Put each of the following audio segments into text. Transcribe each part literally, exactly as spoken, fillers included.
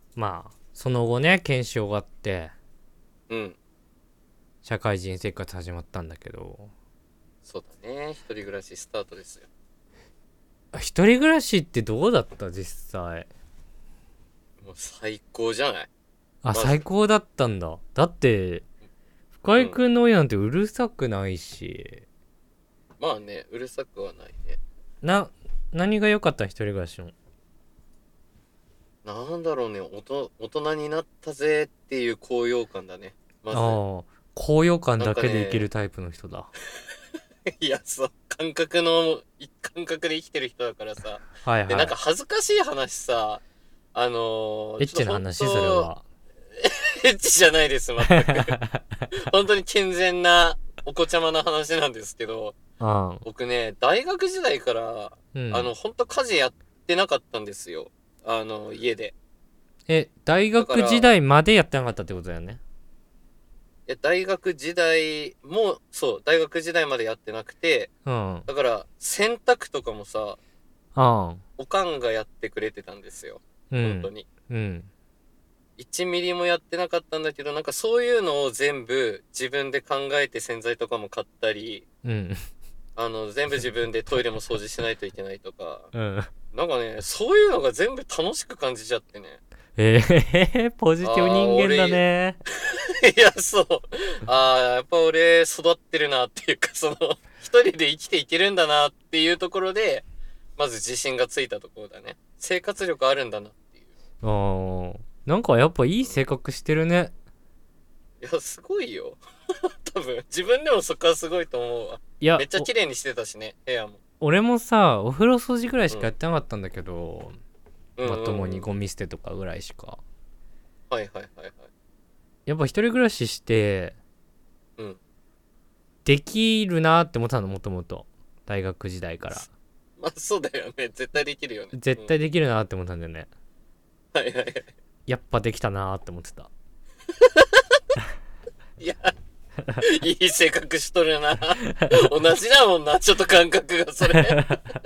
まあその後ね研修終わってうん社会人生活始まったんだけど、 そうだね、一人暮らしスタートですよ。 一人暮らしってどうだった実際？ もう最高じゃない？ あ、 まず最高だったんだ。だって深井君の親なんてうるさくないし、 まあね、うるさくはないね。 な何が良かった？一人暮らしの。 なんだろうね、おと大人になったぜっていう高揚感だね、まず。 ああ、高揚感だけでなんかね生きるタイプの人だ。 いや、そう、感覚の、い感覚で生きてる人だからさ。で、 はいはい。 なんか恥ずかしい話さ、あのー、 エッチちょっとな話本当それは。 エッチじゃないです、全く。本当に健全なお子ちゃまな話なんですけど、 ああ、 僕ね、大学時代から、 うん。 あの、本当家事やってなかったんですよ。あの、家で。 え、大だから、 学時代までやってなかったってことだよね。 いや大学時代も、そう、大学時代までやってなくて、 うん。 だから、洗濯とかもさ、 ああ、 おかんがやってくれてたんですよ。 うん。 本当に。 うん。 いちミリもやってなかったんだけど、なんかそういうのを全部自分で考えて洗剤とかも買ったり、 うん。 あの、全部自分でトイレも掃除しないといけないとか、 うん。 なんかね、そういうのが全部楽しく感じちゃってね。 えー、ポジあティブあ、 人間だ俺、いね。 や、そう。ああ、やっぱ俺育ってるなっていうか、その、一人で生きていけるんだなっていうところで、まず自信がついたところだね。生活力あるんだなっていう。 ああ、なんかやっぱいい性格してるね。 いや、すごいよ。多分、自分でもそこはすごいと思うわ。 いや、 めっちゃ綺麗にしてたしね、部屋も。 俺もさ、お風呂掃除ぐらいしうん。 かやってなかったんだけど、 うんうまともにんうん。 ゴミ捨てとかぐらいしか。 はいはいはいはい。 やっぱ一人暮らししてうん。 できるなって思ったの、もともと大学時代から。 まあ、そうだよね。絶対できるよね。うん。 絶対できるなって思ったんだよね。 はいはいはい。 やっぱできたなって思ってた。 いや、いい性格しとるな。同じだもんな、ちょっと感覚がそれ。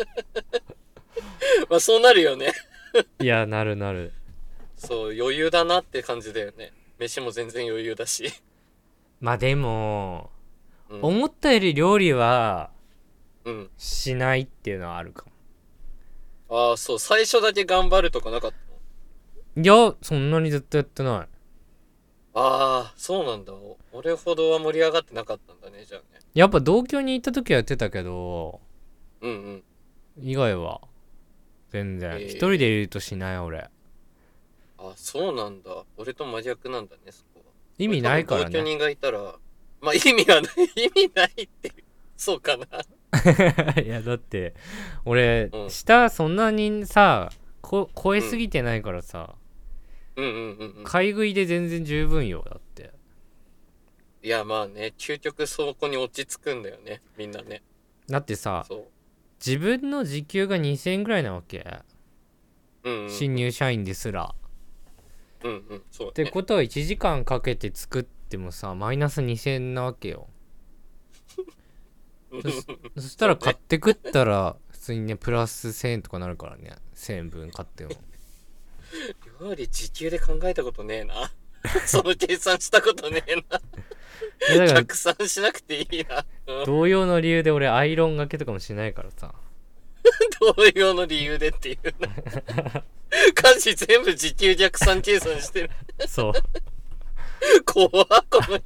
まあ、そうなるよね。 いや、なるなる。 そう、余裕だなって感じだよね。飯も全然余裕だし。 まあでもうん。 思ったより料理はうん。 しないっていうのはあるかああ、そう、最初だけ頑張るとかなかったの？ も。いや、そんなにずっとやってない。 ああ、そうなんだ。お俺ほどは盛り上がってなかったんだね、じゃあね。 やっぱ同居に行った時はやってたけど、 うんうん。 以外は全然一人でいええるとしない。俺ー、あ、そうなんだ。俺と真逆なんだね、そこは。 意味な俺多分いからね。 同居人がいたら、まあ意味はない、意味ないって、そうかな。 いやだって俺うん。 舌そんなにさこ超えうん。 すぎてないからさ、 うんうんうんうん。 買い食いで全然十分よ。だっていや、まあね、究極そこに落ち着くんだよね、みんなね。 だってさ、 そ自分の時給がにせんえんぐらいなわけ、 う。うんうんうん。 新入社員ですら。 うんうん、そってうね。 ことはいちじかんかけて作ってもさマイナスにせんえんなわけよ。 うんそしそしたらそうね。 買って食ったら普通にねプラスせんえんとかなるからね、せんえんぶん買っても。 料理時給で考えたことねえな。その計算したことねえな。 いやだから逆算しなくていいな。うん。 同様の理由で俺アイロンがけとかもしないからさ。 同様の理由でっていうな。家事全部時給逆算計算してる。 そう。 怖っ、この人。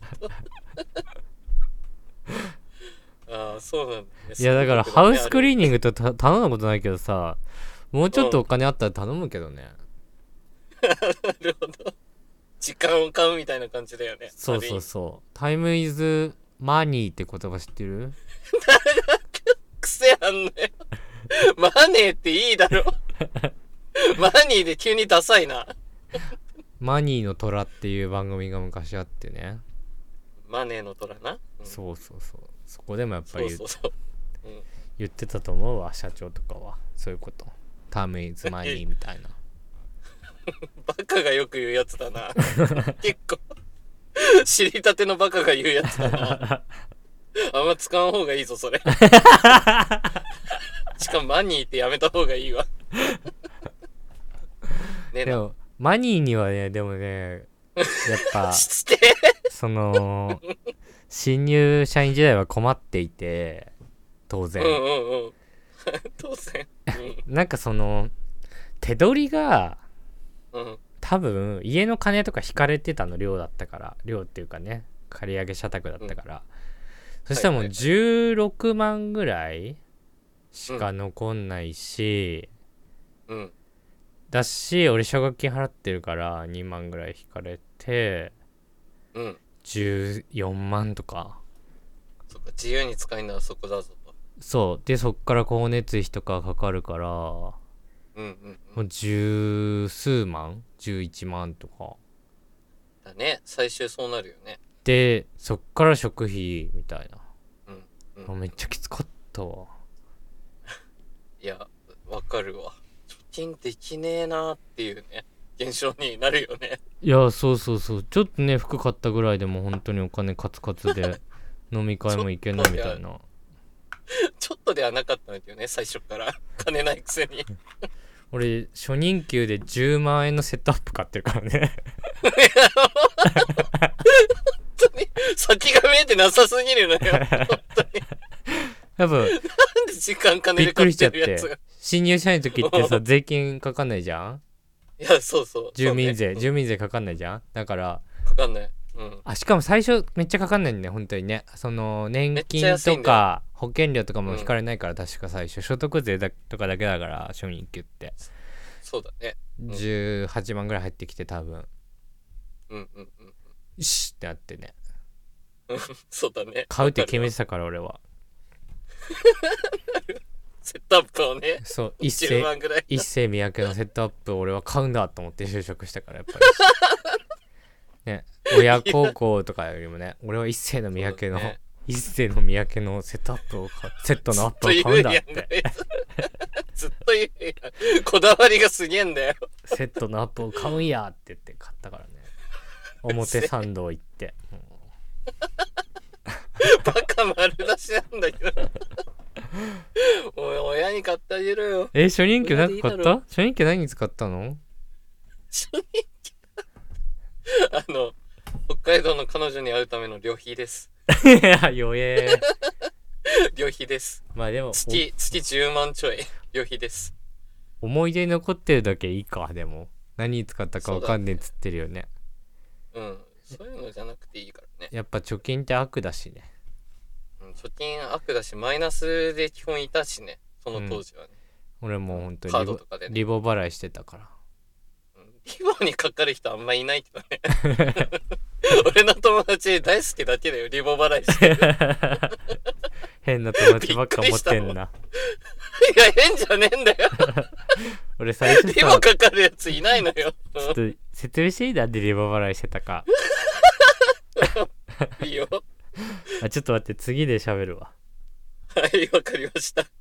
ああ、そうなんだね。 いやだ三からハウ角だね、ある意味。 スクリーニングとた頼んだことないけどさ、もうちょっとおうん。 金あったら頼むけどね。 なるほど。時間を買うみたいな感じだよね。 そうそうある意味。 そう。タイムイズマニーって言葉知ってる？ 癖あんね。マネーっていいだろ。マニーで急にダサいな。 マニーの虎っていう番組が昔あってね。 マネーの虎な。うん。 そうそうそう。そこでもやっぱり言そうそうそう。うん。 言ってたと思うわ、社長とかは。そういうこと。タイムイズマニーみたいな。 バカがよく言うやつだな。結構、知りたてのバカが言うやつだな。あんま使わん方がいいぞ、それ。しかもマニーってやめた方がいいわ。ねえな。 でもマニーにはねでもねやっぱしてその新入社員時代は困っていて当然、 うんうんうん当然なんかその手取りがうんうん多分家の金とか引かれてたの量だったから量っていうかね借り上げ社宅だったから、うん、そしたらもうじゅうろくまんぐらいしか残んないし、 うん、 だし俺奨学金払ってるからにまんぐらい引かれて、 うん、 じゅうよんまんとか。 そっか自由に使えるのはそこだぞと。 そうでそっから光熱費とかかかるから、 うんうんうん、 もう十数万じゅういちまんとかだね。最終そうなるよね。 でそっから食費みたいな、 うんうん、 めっちゃきつかったわ。 いやわかるわ。貯金できねえなっていうね現象になるよね。 いやそうそうそうちょっとね服買ったぐらいでも本当にお金カツカツで飲み会も行けないみたいなちょっとではなかったんだけどね最初から金ないくせに俺初任給でじゅうまんえんのセットアップ買ってるからね本当に先が見えてなさすぎるのよ本当に多分なんで時間金で買ってるやつが新入社員の時ってさ税金かかんないじゃん。 いやそうそう住民税、 ね、 住民税かかんないじゃん。だからかかんない、うん、 あしかも最初めっちゃかかんないんだよ本当にね。その年金とか保険料とかも引かれないから、うん、確か最初所得税だとかだけだから初任給ってそうだね、 うん、じゅうはちまんぐらい入ってきて多分うんうんうんよしってなってねそうだね買うって決めてたから俺はセットアップをねそう一世一世三宅のセットアップを俺は買うんだと思って就職したからやっぱりね親孝行とかよりもね俺は一世の三宅の、ね、一世の三宅のセットアップを買セットのアップを買うんだってずっと言うやんこだわりがすげえんだよセットのアップを買うんやって言って買ったからね表参道行ってバカ丸出しなんだけどおい親に買ってあげるよ。 え初任給何買った？初任給何に使ったの？ 初任給あの北海道の彼女に会うための旅費ですいや弱え旅費です。 まあでも月月じゅうまんちょい旅費です。 思い出に残ってるだけいいか。でも何に使ったか分かんねえっつってるよね。 う, うんそういうのじゃなくていいからね。 やっぱ貯金って悪だしね。 貯金悪だしマイナスで基本いたしねその当時はね、 うん、俺もう本当にリ ボ,、ね、リボ払いしてたから、 うん、リボにかかる人あんまいないけどね俺の友達大好きだけだよリボ払いしてる変な友達ばっか持ってんな。いや変じゃねえんだよ俺最初さリボかかるやついないのよちょっと説明していい？なんでリボ払いしてたかいいよあちょっと待って次で喋るわ。 はいわかりました。